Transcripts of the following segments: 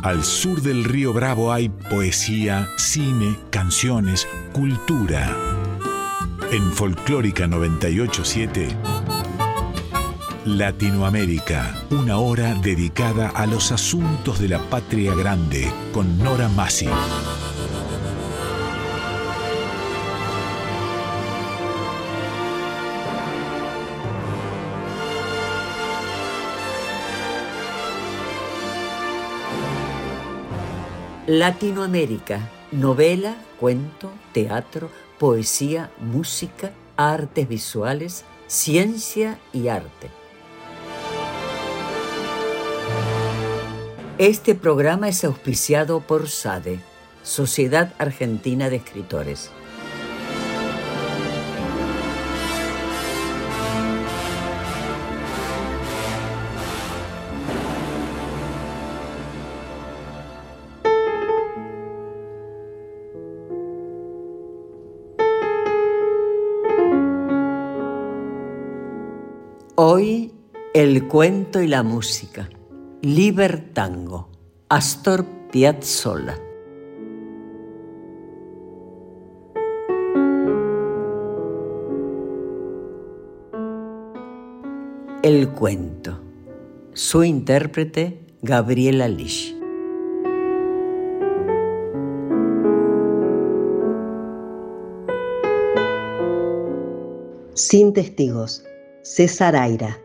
Al sur del río Bravo hay poesía, cine, canciones, cultura. En Folclórica 98.7, Latinoamérica, una hora dedicada a los asuntos de la patria grande, con Nora Massi. Latinoamérica, novela, cuento, teatro, poesía, música, artes visuales, ciencia y arte. Este programa es auspiciado por SADE, Sociedad Argentina de Escritores. Hoy, el cuento y la música. Libertango, Astor Piazzolla. El cuento. Su intérprete, Gabriela Lisch. Sin testigos. César Aira.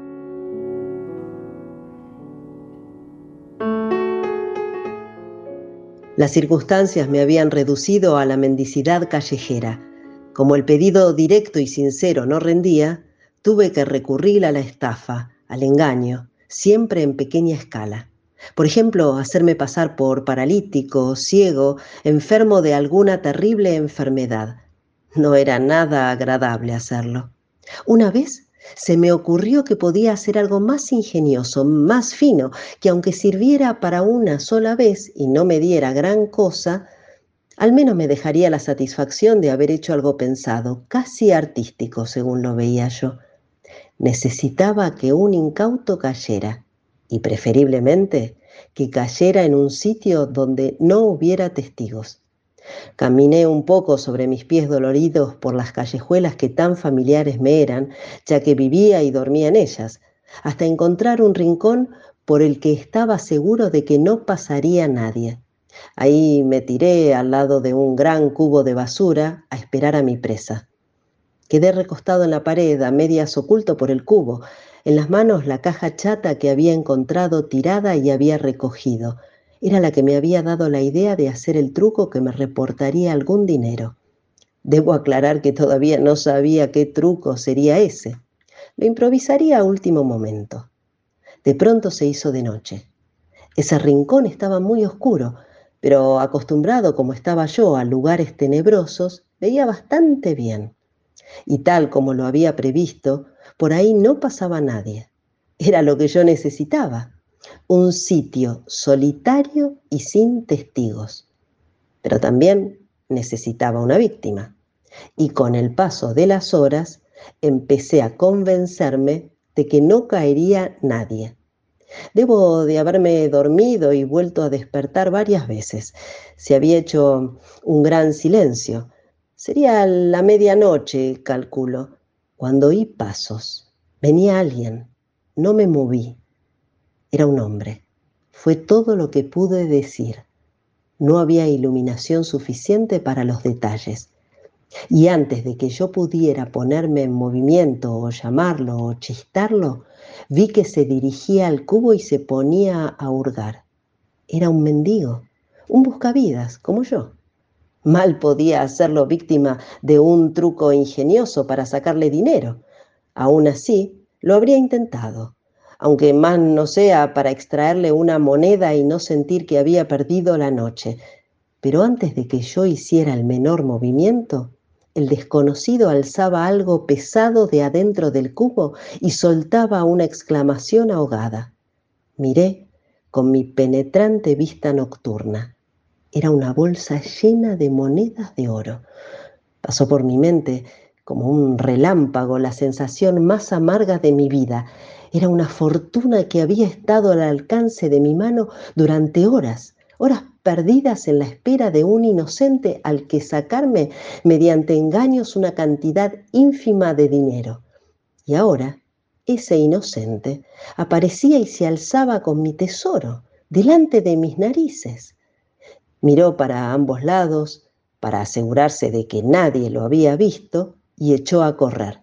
Las circunstancias me habían reducido a la mendicidad callejera. Como el pedido directo y sincero no rendía, tuve que recurrir a la estafa, al engaño, siempre en pequeña escala. Por ejemplo, hacerme pasar por paralítico, ciego, enfermo de alguna terrible enfermedad. No era nada agradable hacerlo. Una vez se me ocurrió que podía hacer algo más ingenioso, más fino, que aunque sirviera para una sola vez y no me diera gran cosa, al menos me dejaría la satisfacción de haber hecho algo pensado, casi artístico, según lo veía yo. Necesitaba que un incauto cayera, y preferiblemente que cayera en un sitio donde no hubiera testigos. Caminé un poco sobre mis pies doloridos por las callejuelas que tan familiares me eran, ya que vivía y dormía en ellas, hasta encontrar un rincón por el que estaba seguro de que no pasaría nadie. Ahí me tiré al lado de un gran cubo de basura a esperar a mi presa. Quedé recostado en la pared, a medias oculto por el cubo, en las manos la caja chata que había encontrado tirada y había recogido. Era la que me había dado la idea de hacer el truco que me reportaría algún dinero. Debo aclarar que todavía no sabía qué truco sería ese. Lo improvisaría a último momento. De pronto se hizo de noche. Ese rincón estaba muy oscuro, pero acostumbrado como estaba yo a lugares tenebrosos, veía bastante bien. Y tal como lo había previsto, por ahí no pasaba nadie. Era lo que yo necesitaba. Un sitio solitario y sin testigos. Pero también necesitaba una víctima. Y con el paso de las horas empecé a convencerme de que no caería nadie. Debo de haberme dormido y vuelto a despertar varias veces. Se había hecho un gran silencio. Sería la medianoche, calculo, cuando oí pasos. Venía alguien. No me moví. Era un hombre. Fue todo lo que pude decir. No había iluminación suficiente para los detalles. Y antes de que yo pudiera ponerme en movimiento o llamarlo o chistarlo, vi que se dirigía al cubo y se ponía a hurgar. Era un mendigo, un buscavidas, como yo. Mal podía hacerlo víctima de un truco ingenioso para sacarle dinero. Aún así, lo habría intentado, aunque más no sea para extraerle una moneda y no sentir que había perdido la noche. Pero antes de que yo hiciera el menor movimiento, el desconocido alzaba algo pesado de adentro del cubo y soltaba una exclamación ahogada. Miré con mi penetrante vista nocturna. Era una bolsa llena de monedas de oro. Pasó por mi mente como un relámpago la sensación más amarga de mi vida. Era una fortuna que había estado al alcance de mi mano durante horas, horas perdidas en la espera de un inocente al que sacarme mediante engaños una cantidad ínfima de dinero. Y ahora ese inocente aparecía y se alzaba con mi tesoro delante de mis narices. Miró para ambos lados para asegurarse de que nadie lo había visto y echó a correr.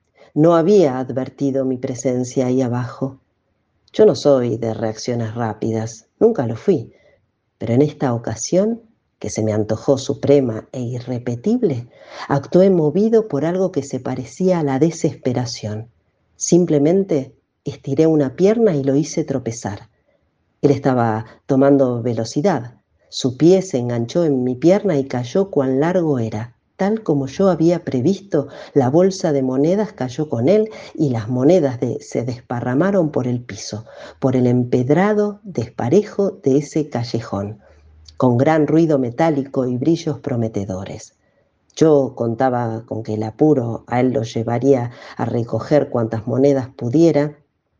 No había advertido mi presencia ahí abajo. Yo no soy de reacciones rápidas, nunca lo fui, pero en esta ocasión, que se me antojó suprema e irrepetible, actué movido por algo que se parecía a la desesperación. Simplemente estiré una pierna y lo hice tropezar. Él estaba tomando velocidad. Su pie se enganchó en mi pierna y cayó cuán largo era. Tal como yo había previsto, la bolsa de monedas cayó con él y las monedas se desparramaron por el piso, por el empedrado desparejo de ese callejón, con gran ruido metálico y brillos prometedores. Yo contaba con que el apuro a él lo llevaría a recoger cuantas monedas pudiera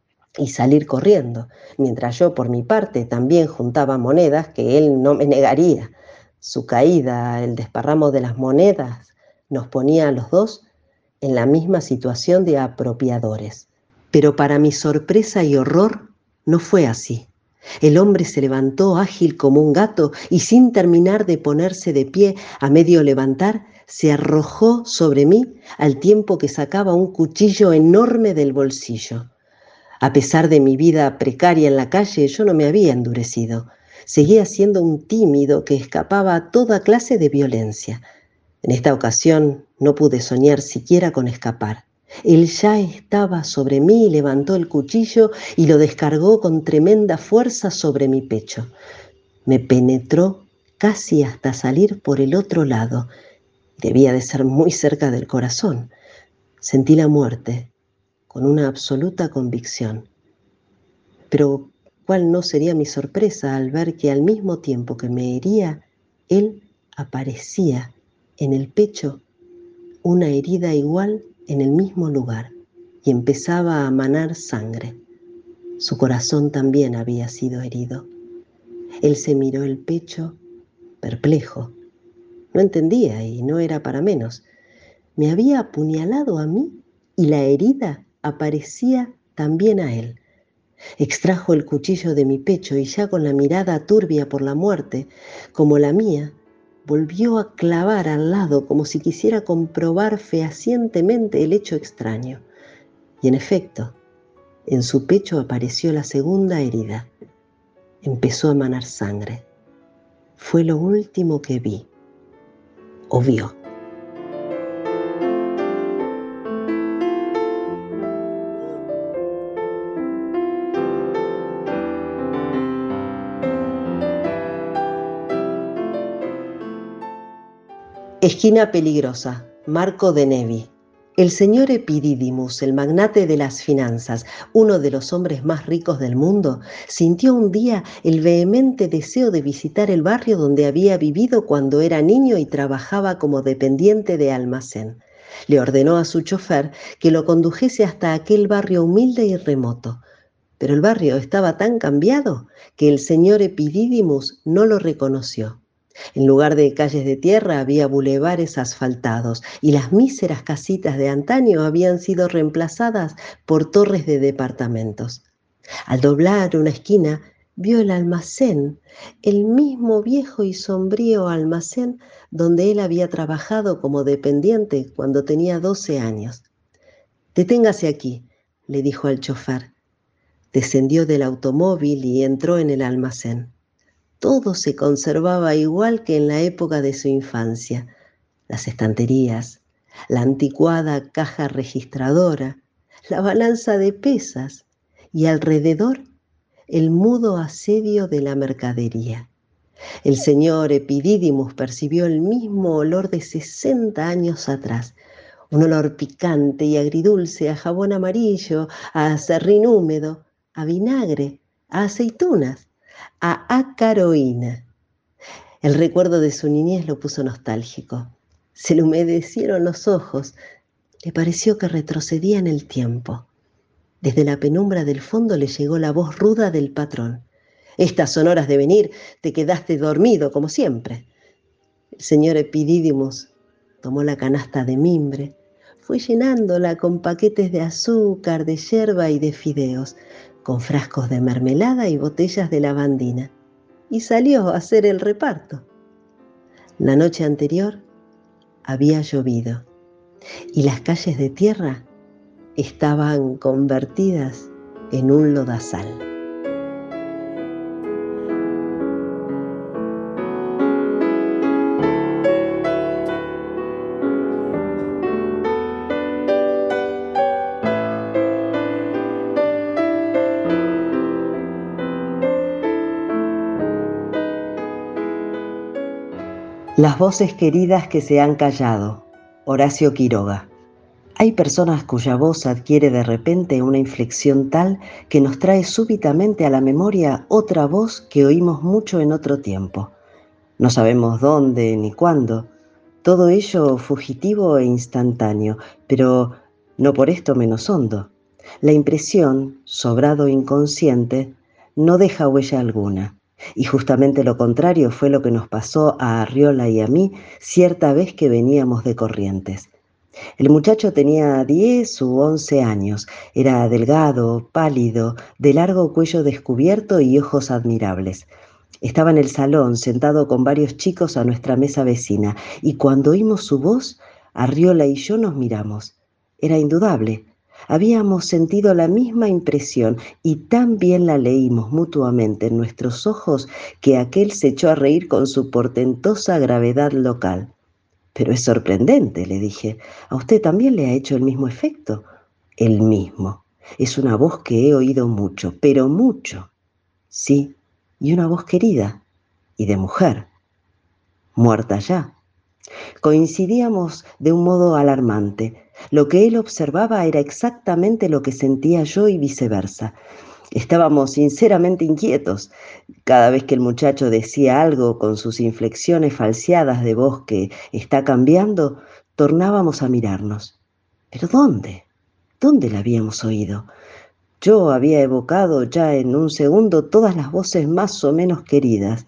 y salir corriendo, mientras yo por mi parte también juntaba monedas que él no me negaría. Su caída, el desparramo de las monedas, nos ponía a los dos en la misma situación de apropiadores. Pero para mi sorpresa y horror no fue así. El hombre se levantó ágil como un gato y sin terminar de ponerse de pie a medio levantar, se arrojó sobre mí al tiempo que sacaba un cuchillo enorme del bolsillo. A pesar de mi vida precaria en la calle, yo no me había endurecido. Seguía siendo un tímido que escapaba a toda clase de violencia. En esta ocasión no pude soñar siquiera con escapar. Él ya estaba sobre mí y levantó el cuchillo y lo descargó con tremenda fuerza sobre mi pecho. Me penetró casi hasta salir por el otro lado. Debía de ser muy cerca del corazón. Sentí la muerte con una absoluta convicción. Pero ¿cuál no sería mi sorpresa al ver que al mismo tiempo que me hería, él aparecía en el pecho una herida igual en el mismo lugar y empezaba a manar sangre. Su corazón también había sido herido. Él se miró el pecho, perplejo. No entendía y no era para menos. Me había apuñalado a mí y la herida aparecía también a él. Extrajo el cuchillo de mi pecho y ya con la mirada turbia por la muerte, como la mía, volvió a clavar al lado como si quisiera comprobar fehacientemente el hecho extraño. Y en efecto, en su pecho apareció la segunda herida. Empezó a manar sangre. Fue lo último que vi o vio. Esquina peligrosa, Marco de Nevi. El señor Epidídimus, el magnate de las finanzas, uno de los hombres más ricos del mundo, sintió un día el vehemente deseo de visitar el barrio donde había vivido cuando era niño y trabajaba como dependiente de almacén. Le ordenó a su chofer que lo condujese hasta aquel barrio humilde y remoto. Pero el barrio estaba tan cambiado que el señor Epidídimus no lo reconoció. En lugar de calles de tierra había bulevares asfaltados y las míseras casitas de antaño habían sido reemplazadas por torres de departamentos. Al doblar una esquina vio el almacén, el mismo viejo y sombrío almacén donde él había trabajado como dependiente cuando tenía 12 años. «Deténgase aquí», le dijo al chofer. Descendió del automóvil y entró en el almacén. Todo se conservaba igual que en la época de su infancia. Las estanterías, la anticuada caja registradora, la balanza de pesas y alrededor el mudo asedio de la mercadería. El señor Epidídimus percibió el mismo olor de 60 años atrás, un olor picante y agridulce a jabón amarillo, a aserrín húmedo, a vinagre, a aceitunas, a acaroína. El recuerdo de su niñez lo puso nostálgico. Se le humedecieron los ojos. Le pareció que retrocedía en el tiempo. Desde la penumbra del fondo le llegó la voz ruda del patrón. «Estas son horas de venir, te quedaste dormido como siempre». El señor Epidídimos tomó la canasta de mimbre, fue llenándola con paquetes de azúcar, de yerba y de fideos, con frascos de mermelada y botellas de lavandina, y salió a hacer el reparto. La noche anterior había llovido y las calles de tierra estaban convertidas en un lodazal. Las voces queridas que se han callado. Horacio Quiroga. Hay personas cuya voz adquiere de repente una inflexión tal que nos trae súbitamente a la memoria otra voz que oímos mucho en otro tiempo. No sabemos dónde ni cuándo, todo ello fugitivo e instantáneo, pero no por esto menos hondo. La impresión, sobrado inconsciente, no deja huella alguna. Y justamente lo contrario fue lo que nos pasó a Arriola y a mí cierta vez que veníamos de Corrientes. El muchacho tenía 10 u 11 años, era delgado, pálido, de largo cuello descubierto y ojos admirables. Estaba en el salón, sentado con varios chicos a nuestra mesa vecina, y cuando oímos su voz, Arriola y yo nos miramos. Era indudable. Habíamos sentido la misma impresión y tan bien la leímos mutuamente en nuestros ojos que aquel se echó a reír con su portentosa gravedad local. «Pero es sorprendente», le dije. «¿A usted también le ha hecho el mismo efecto?» «El mismo. Es una voz que he oído mucho, pero mucho». «Sí, y una voz querida, y de mujer, muerta ya». Coincidíamos de un modo alarmante. Lo que él observaba era exactamente lo que sentía yo y viceversa. Estábamos sinceramente inquietos. Cada vez que el muchacho decía algo con sus inflexiones falseadas de voz que está cambiando, tornábamos a mirarnos. ¿Pero dónde? ¿Dónde la habíamos oído? Yo había evocado ya en un segundo todas las voces más o menos queridas,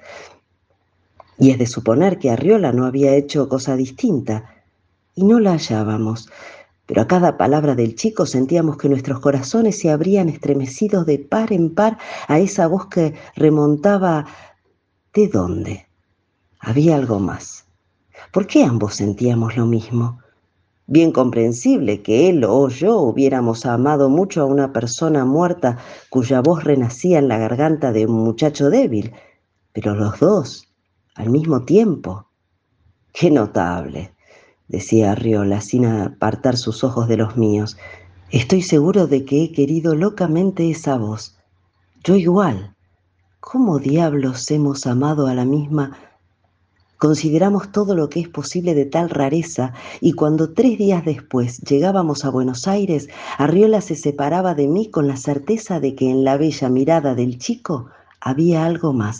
y es de suponer que Arriola no había hecho cosa distinta, y no la hallábamos. Pero a cada palabra del chico sentíamos que nuestros corazones se habrían estremecido de par en par a esa voz que remontaba. ¿De dónde? Había algo más. ¿Por qué ambos sentíamos lo mismo? Bien comprensible que él o yo hubiéramos amado mucho a una persona muerta cuya voz renacía en la garganta de un muchacho débil, pero los dos, al mismo tiempo. ¡Qué notable!, decía Arriola sin apartar sus ojos de los míos. «Estoy seguro de que he querido locamente esa voz. Yo igual. ¿Cómo diablos hemos amado a la misma? Consideramos todo lo que es posible de tal rareza, y cuando 3 días después llegábamos a Buenos Aires, Arriola se separaba de mí con la certeza de que en la bella mirada del chico había algo más».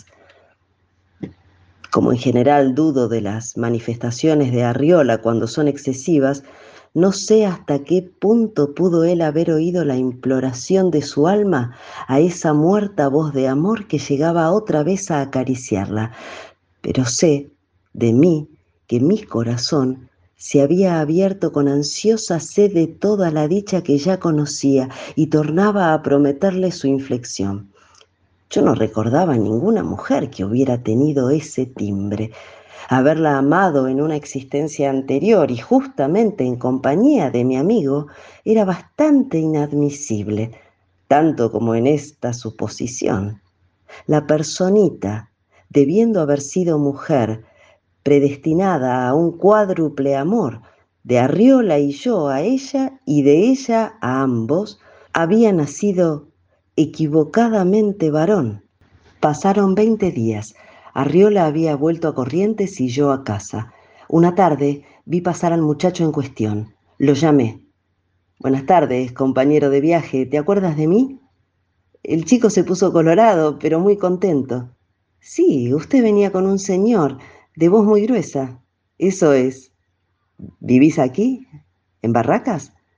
Como en general dudo de las manifestaciones de Arriola cuando son excesivas, no sé hasta qué punto pudo él haber oído la imploración de su alma a esa muerta voz de amor que llegaba otra vez a acariciarla, pero sé de mí que mi corazón se había abierto con ansiosa sed de toda la dicha que ya conocía y tornaba a prometerle su inflexión. Yo no recordaba ninguna mujer que hubiera tenido ese timbre. Haberla amado en una existencia anterior y justamente en compañía de mi amigo era bastante inadmisible, tanto como en esta suposición. La personita, debiendo haber sido mujer, predestinada a un cuádruple amor, de Arriola y yo a ella y de ella a ambos, había nacido equivocadamente varón. Pasaron 20 días. Arriola había vuelto a Corrientes y yo a casa. Una tarde vi pasar al muchacho en cuestión. Lo llamé. «Buenas tardes, compañero de viaje. ¿Te acuerdas de mí?» El chico se puso colorado, pero muy contento. «Sí, usted venía con un señor, de voz muy gruesa». «Eso es. ¿Vivís aquí? ¿En Barracas?»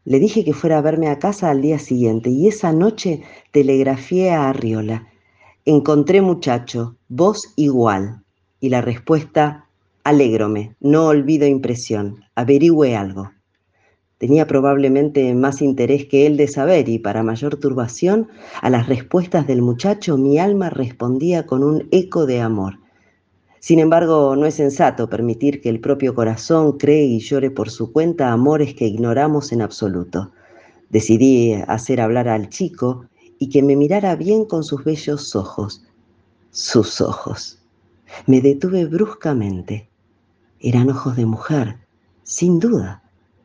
Le dije que fuera a verme a casa al día siguiente y esa noche telegrafié a Arriola. Encontré muchacho, voz igual. Y la respuesta, alégrome, no olvido impresión, averigüe algo. Tenía probablemente más interés que él de saber y para mayor turbación, a las respuestas del muchacho mi alma respondía con un eco de amor. Sin embargo, no es sensato permitir que el propio corazón cree y llore por su cuenta amores que ignoramos en absoluto. Decidí hacer hablar al chico y que me mirara bien con sus bellos ojos. Sus ojos. Me detuve bruscamente. Eran ojos de mujer, sin duda.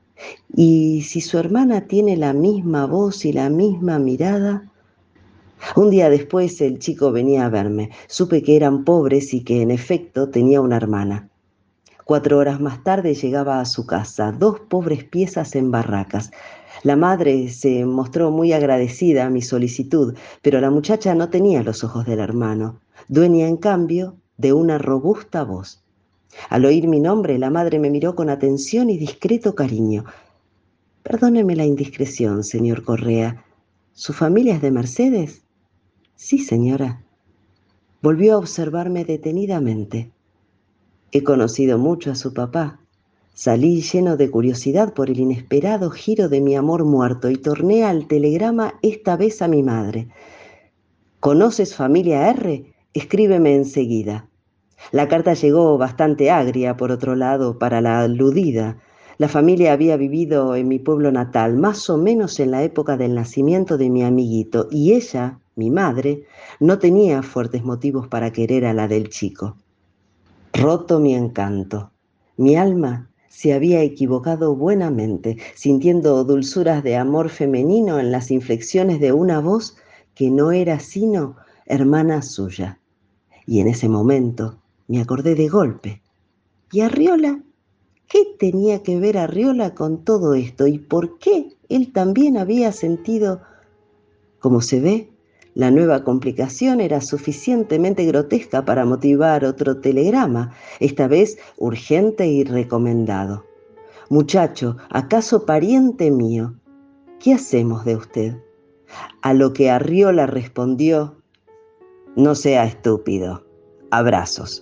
Y si su hermana tiene la misma voz y la misma mirada. Un día después el chico venía a verme. Supe que eran pobres y que en efecto tenía una hermana. 4 horas más tarde llegaba a su casa, 2 pobres piezas en barracas. La madre se mostró muy agradecida a mi solicitud, pero la muchacha no tenía los ojos del hermano, dueña en cambio de una robusta voz. Al oír mi nombre, la madre me miró con atención y discreto cariño. Perdóneme la indiscreción, señor Correa. ¿Su familia es de Mercedes? Sí, señora. Volvió a observarme detenidamente. He conocido mucho a su papá. Salí lleno de curiosidad por el inesperado giro de mi amor muerto y torné al telegrama esta vez a mi madre. ¿Conoces familia R? Escríbeme enseguida. La carta llegó bastante agria, por otro lado, para la aludida. La familia había vivido en mi pueblo natal, más o menos en la época del nacimiento de mi amiguito, y ella, mi madre, no tenía fuertes motivos para querer a la del chico. Roto mi encanto. Mi alma se había equivocado buenamente, sintiendo dulzuras de amor femenino en las inflexiones de una voz que no era sino hermana suya. Y en ese momento me acordé de golpe. ¿Y Arriola? ¿Qué tenía que ver Arriola con todo esto? ¿Y por qué él también había sentido? Como se ve, la nueva complicación era suficientemente grotesca para motivar otro telegrama, esta vez urgente y recomendado. Muchacho, ¿acaso pariente mío? ¿Qué hacemos de usted? A lo que Arriola respondió: no sea estúpido. Abrazos.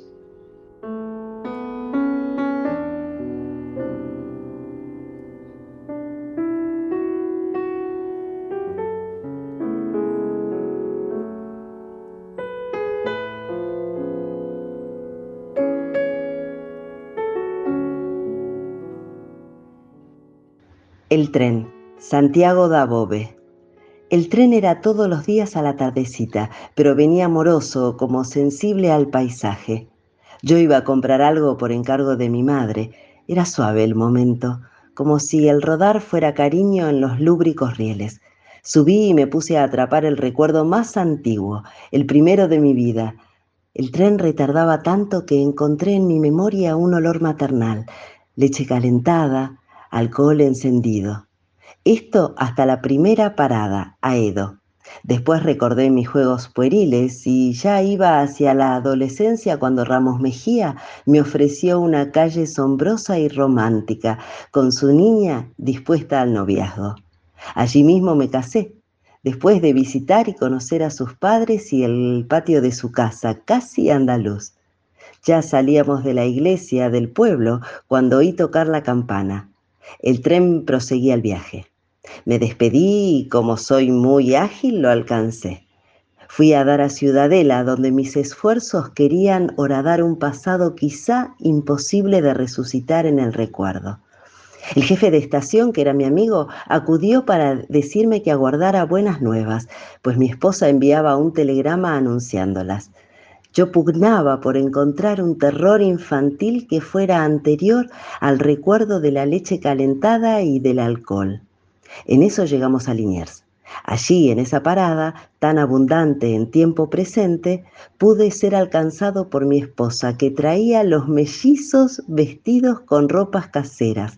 El tren, Santiago da Bove. El tren era todos los días a la tardecita, pero venía moroso, como sensible al paisaje. Yo iba a comprar algo por encargo de mi madre. Era suave el momento, como si el rodar fuera cariño en los lúbricos rieles. Subí y me puse a atrapar el recuerdo más antiguo, el primero de mi vida. El tren retardaba tanto que encontré en mi memoria un olor maternal, leche calentada, alcohol encendido. Esto hasta la primera parada, Aedo. Después recordé mis juegos pueriles y ya iba hacia la adolescencia cuando Ramos Mejía me ofreció una calle sombrosa y romántica, con su niña dispuesta al noviazgo. Allí mismo me casé, después de visitar y conocer a sus padres y el patio de su casa, casi andaluz. Ya salíamos de la iglesia del pueblo cuando oí tocar la campana. El tren proseguía el viaje. Me despedí y como soy muy ágil lo alcancé. Fui a dar a Ciudadela, donde mis esfuerzos querían horadar un pasado quizá imposible de resucitar en el recuerdo. El jefe de estación, que era mi amigo, acudió para decirme que aguardara buenas nuevas, pues mi esposa enviaba un telegrama anunciándolas. Yo pugnaba por encontrar un terror infantil que fuera anterior al recuerdo de la leche calentada y del alcohol. En eso llegamos a Liniers. Allí, en esa parada, tan abundante en tiempo presente, pude ser alcanzado por mi esposa, que traía los mellizos vestidos con ropas caseras.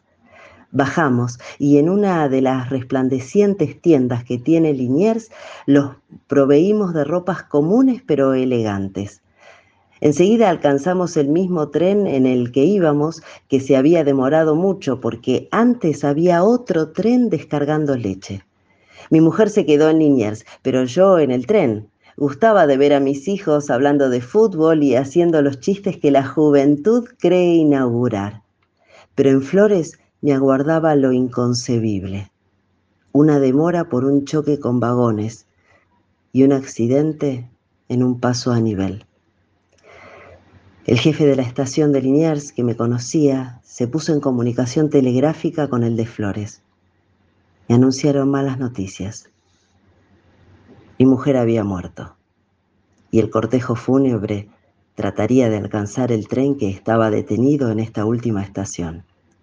Bajamos y en una de las resplandecientes tiendas que tiene Liniers, los proveímos de ropas comunes pero elegantes. Enseguida alcanzamos el mismo tren en el que íbamos, que se había demorado mucho porque antes había otro tren descargando leche. Mi mujer se quedó en Liniers, pero yo en el tren. Gustaba de ver a mis hijos hablando de fútbol y haciendo los chistes que la juventud cree inaugurar. Pero en Flores me aguardaba lo inconcebible: una demora por un choque con vagones y un accidente en un paso a nivel. El jefe de la estación de Liniers, que me conocía, se puso en comunicación telegráfica con el de Flores. Me anunciaron malas noticias. Mi mujer había muerto y el cortejo fúnebre trataría de alcanzar el tren que estaba detenido en esta última estación.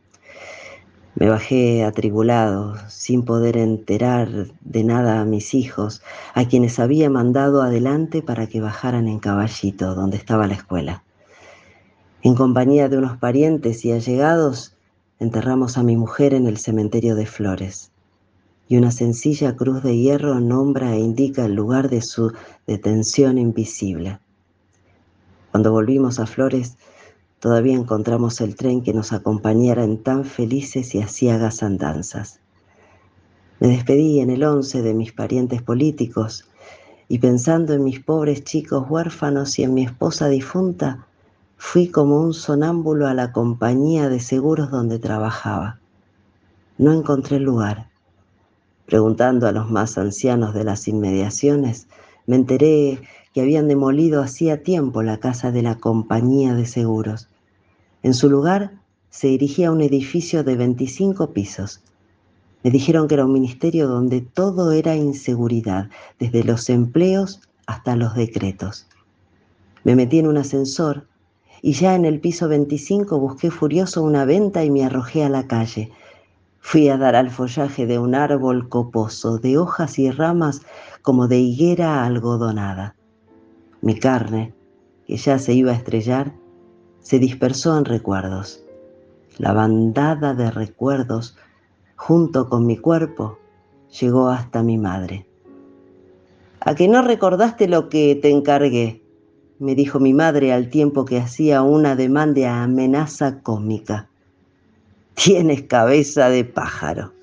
Me bajé atribulado, sin poder enterar de nada a mis hijos, a quienes había mandado adelante para que bajaran en Caballito, donde estaba la escuela. En compañía de unos parientes y allegados, enterramos a mi mujer en el cementerio de Flores, y una sencilla cruz de hierro nombra e indica el lugar de su detención invisible. Cuando volvimos a Flores, todavía encontramos el tren que nos acompañara en tan felices y aciagas andanzas. Me despedí en el 11 de mis parientes políticos, y pensando en mis pobres chicos huérfanos y en mi esposa difunta, fui como un sonámbulo a la compañía de seguros donde trabajaba. No encontré lugar. Preguntando a los más ancianos de las inmediaciones, me enteré que habían demolido hacía tiempo la casa de la compañía de seguros. En su lugar se erigía un edificio de 25 pisos. Me dijeron que era un ministerio donde todo era inseguridad, desde los empleos hasta los decretos. Me metí en un ascensor y ya en el piso 25 busqué furioso una venta y me arrojé a la calle. Fui a dar al follaje de un árbol coposo, de hojas y ramas como de higuera algodonada. Mi carne, que ya se iba a estrellar, se dispersó en recuerdos. La bandada de recuerdos, junto con mi cuerpo, llegó hasta mi madre. «¿A que no recordaste lo que te encargué?», me dijo mi madre al tiempo que hacía un ademán de amenaza cómica. «Tienes cabeza de pájaro».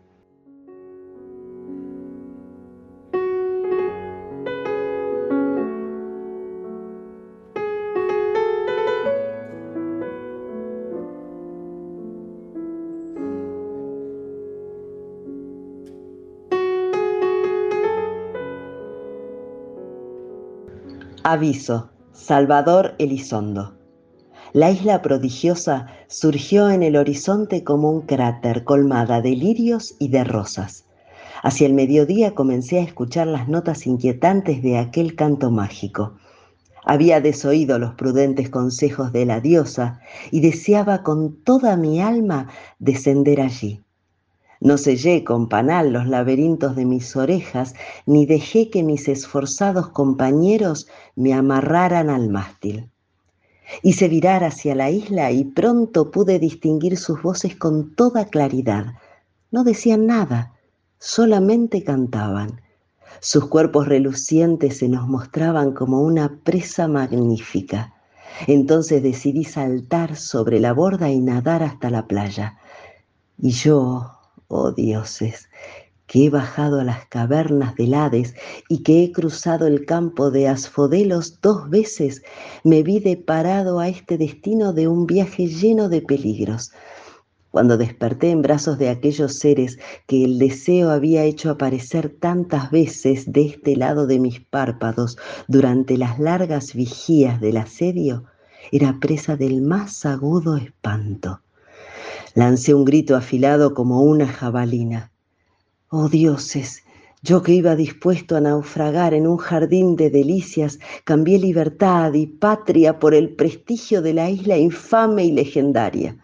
Aviso: Salvador Elizondo. La isla prodigiosa surgió en el horizonte como un cráter colmada de lirios y de rosas. Hacia el mediodía comencé a escuchar las notas inquietantes de aquel canto mágico. Había desoído los prudentes consejos de la diosa y deseaba con toda mi alma descender allí. No sellé con panal los laberintos de mis orejas, ni dejé que mis esforzados compañeros me amarraran al mástil. Hice virar hacia la isla y pronto pude distinguir sus voces con toda claridad. No decían nada, solamente cantaban. Sus cuerpos relucientes se nos mostraban como una presa magnífica. Entonces decidí saltar sobre la borda y nadar hasta la playa. Y yo, oh dioses, que he bajado a las cavernas del Hades y que he cruzado el campo de Asfodelos 2 veces, me vi deparado a este destino de un viaje lleno de peligros. Cuando desperté en brazos de aquellos seres que el deseo había hecho aparecer tantas veces de este lado de mis párpados durante las largas vigías del asedio, era presa del más agudo espanto. Lancé un grito afilado como una jabalina. Oh dioses, yo que iba dispuesto a naufragar en un jardín de delicias, cambié libertad y patria por el prestigio de la isla infame y legendaria.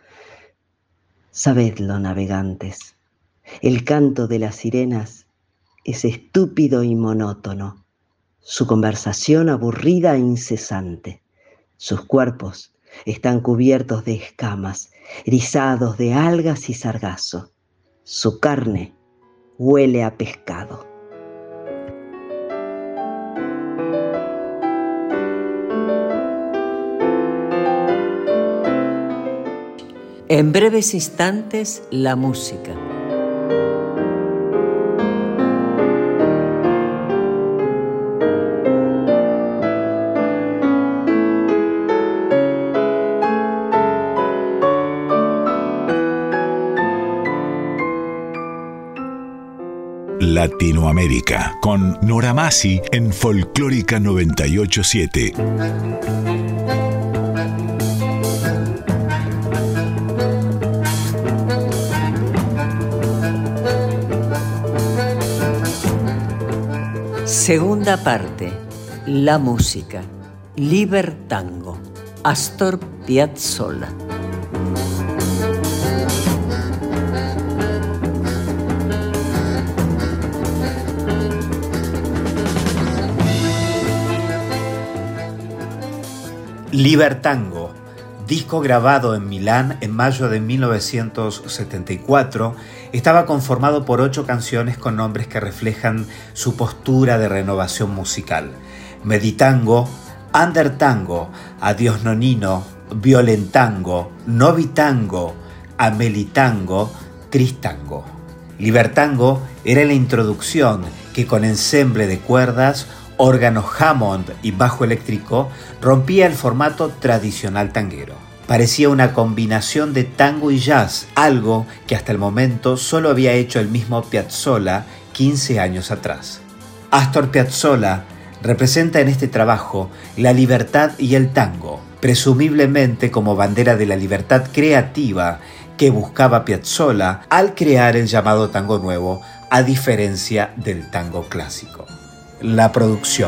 Sabedlo, navegantes, el canto de las sirenas es estúpido y monótono, su conversación aburrida e incesante. Sus cuerpos están cubiertos de escamas, erizados de algas y sargazo. Su carne huele a pescado. En breves instantes, la música. Latinoamérica, con Nora Masi en Folclórica 98.7. Segunda parte, la música. Libertango, Astor Piazzolla. Libertango, disco grabado en Milán en mayo de 1974, estaba conformado por 8 canciones con nombres que reflejan su postura de renovación musical: Meditango, Undertango, Adiós Nonino, Violentango, Novitango, Amelitango, Tristango. Libertango era la introducción que, con ensemble de cuerdas, órgano Hammond y bajo eléctrico, rompía el formato tradicional tanguero. Parecía una combinación de tango y jazz, algo que hasta el momento solo había hecho el mismo Piazzolla 15 años atrás. Astor Piazzolla representa en este trabajo la libertad y el tango, presumiblemente como bandera de la libertad creativa que buscaba Piazzolla al crear el llamado tango nuevo, a diferencia del tango clásico. La producción.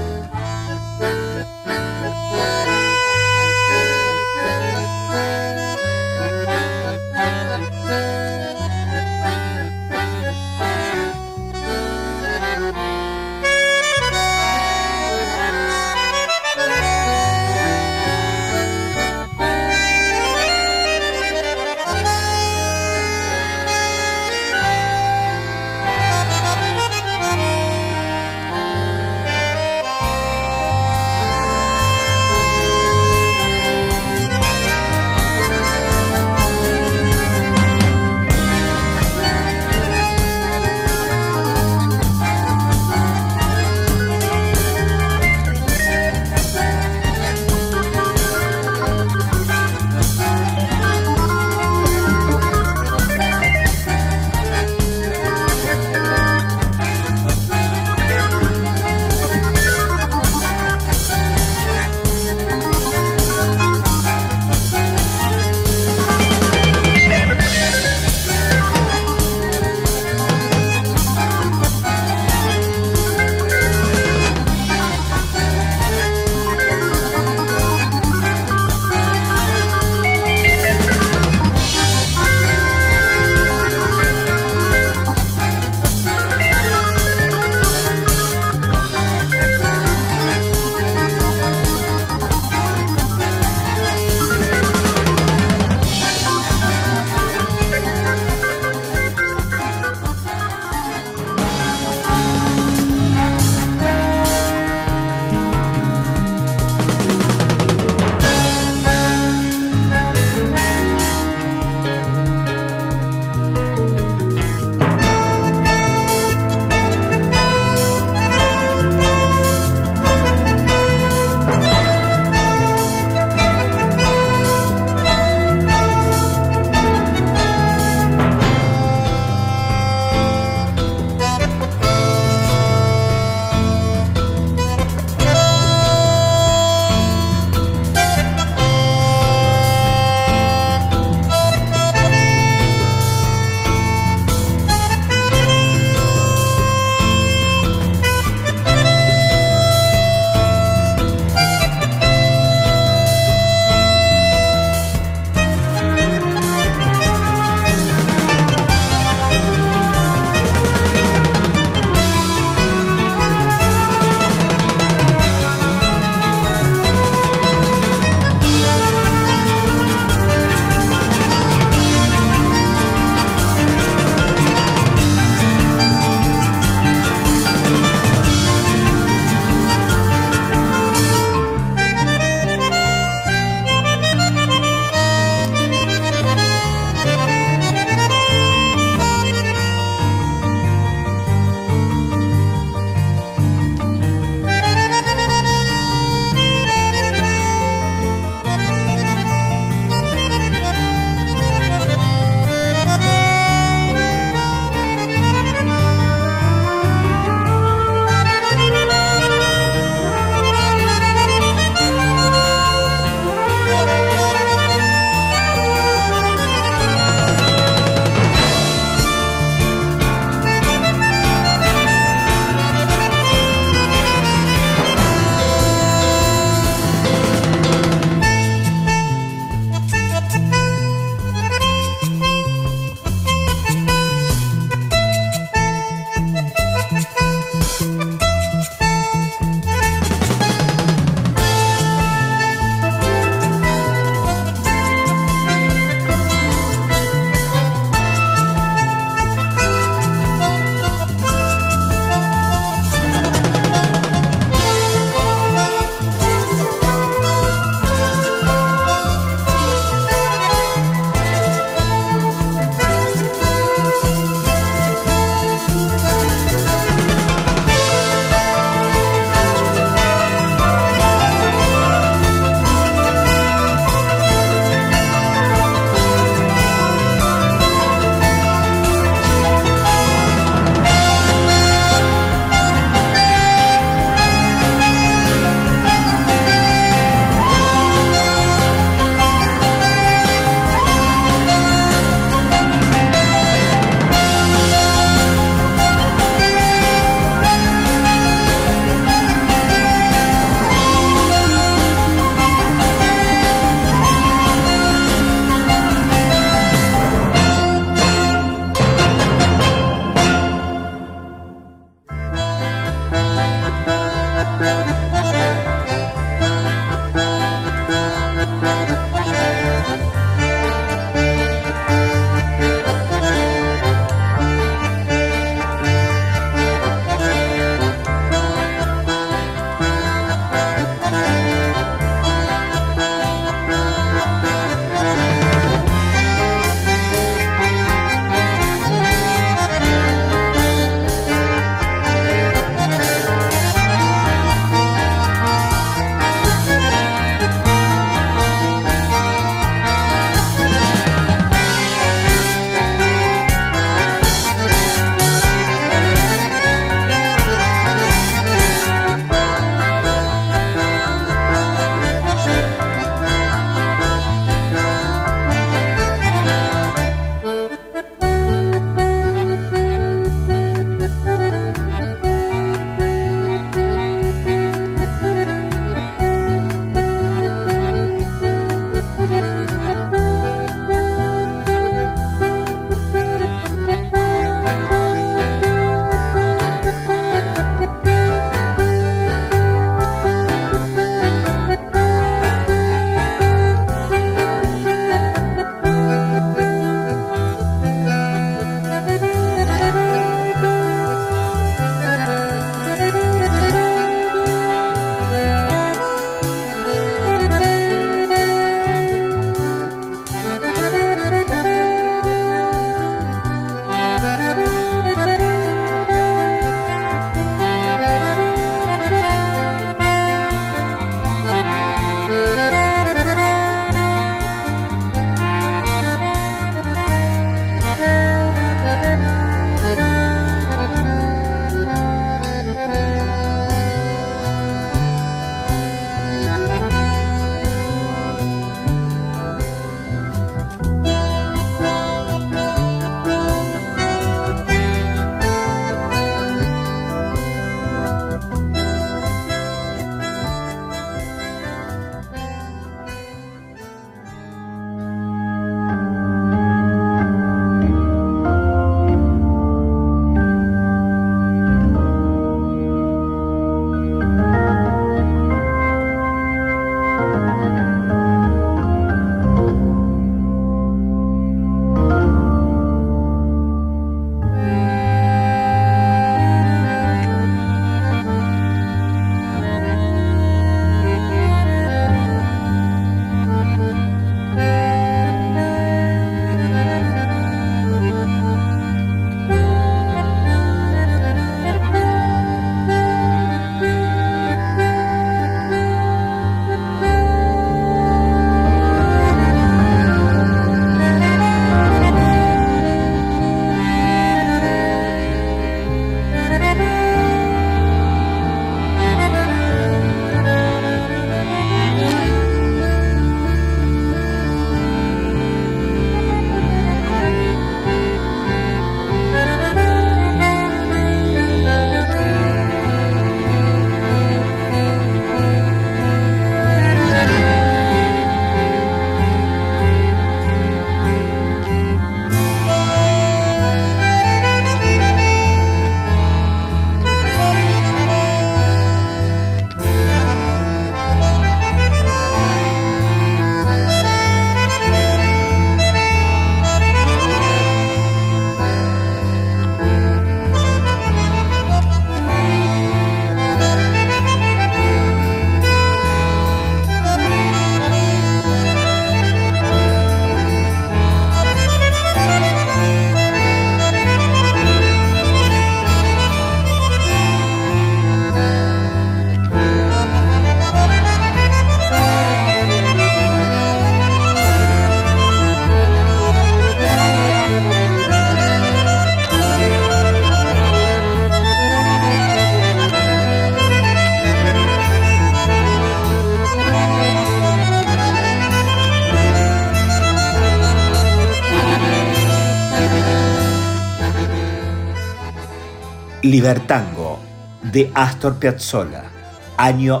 Libertango, de Astor Piazzolla, año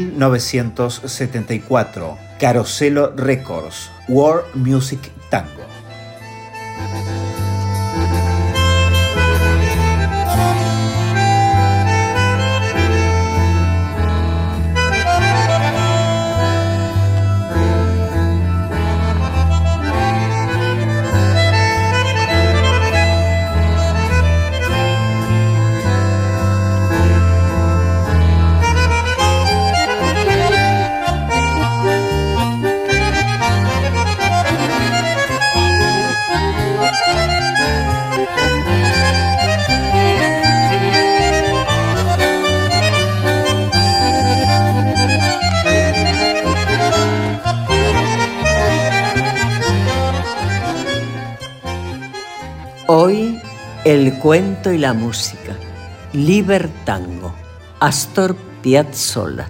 1974, Carosello Records, World Music Tango. Hoy, el cuento y la música. Libertango, Astor Piazzolla.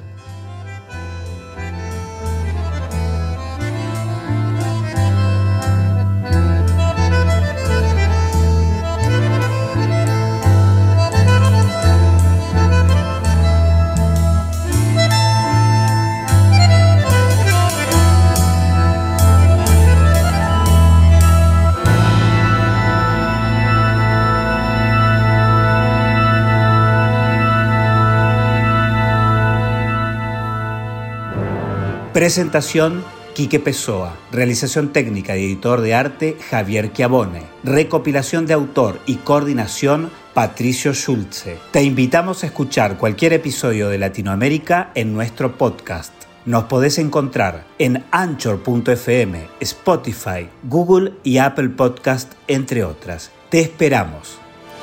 Presentación: Quique Pessoa. Realización técnica y editor de arte: Javier Chiavone. Recopilación de autor y coordinación: Patricio Schulze. Te invitamos a escuchar cualquier episodio de Latinoamérica en nuestro podcast. Nos podés encontrar en Anchor.fm, Spotify, Google y Apple Podcast, entre otras. Te esperamos.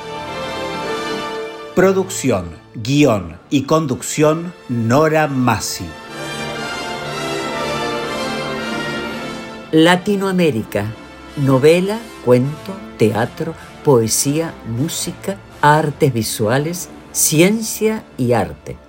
Producción, guión y conducción: Nora Massi. Latinoamérica. Novela, cuento, teatro, poesía, música, artes visuales, ciencia y arte.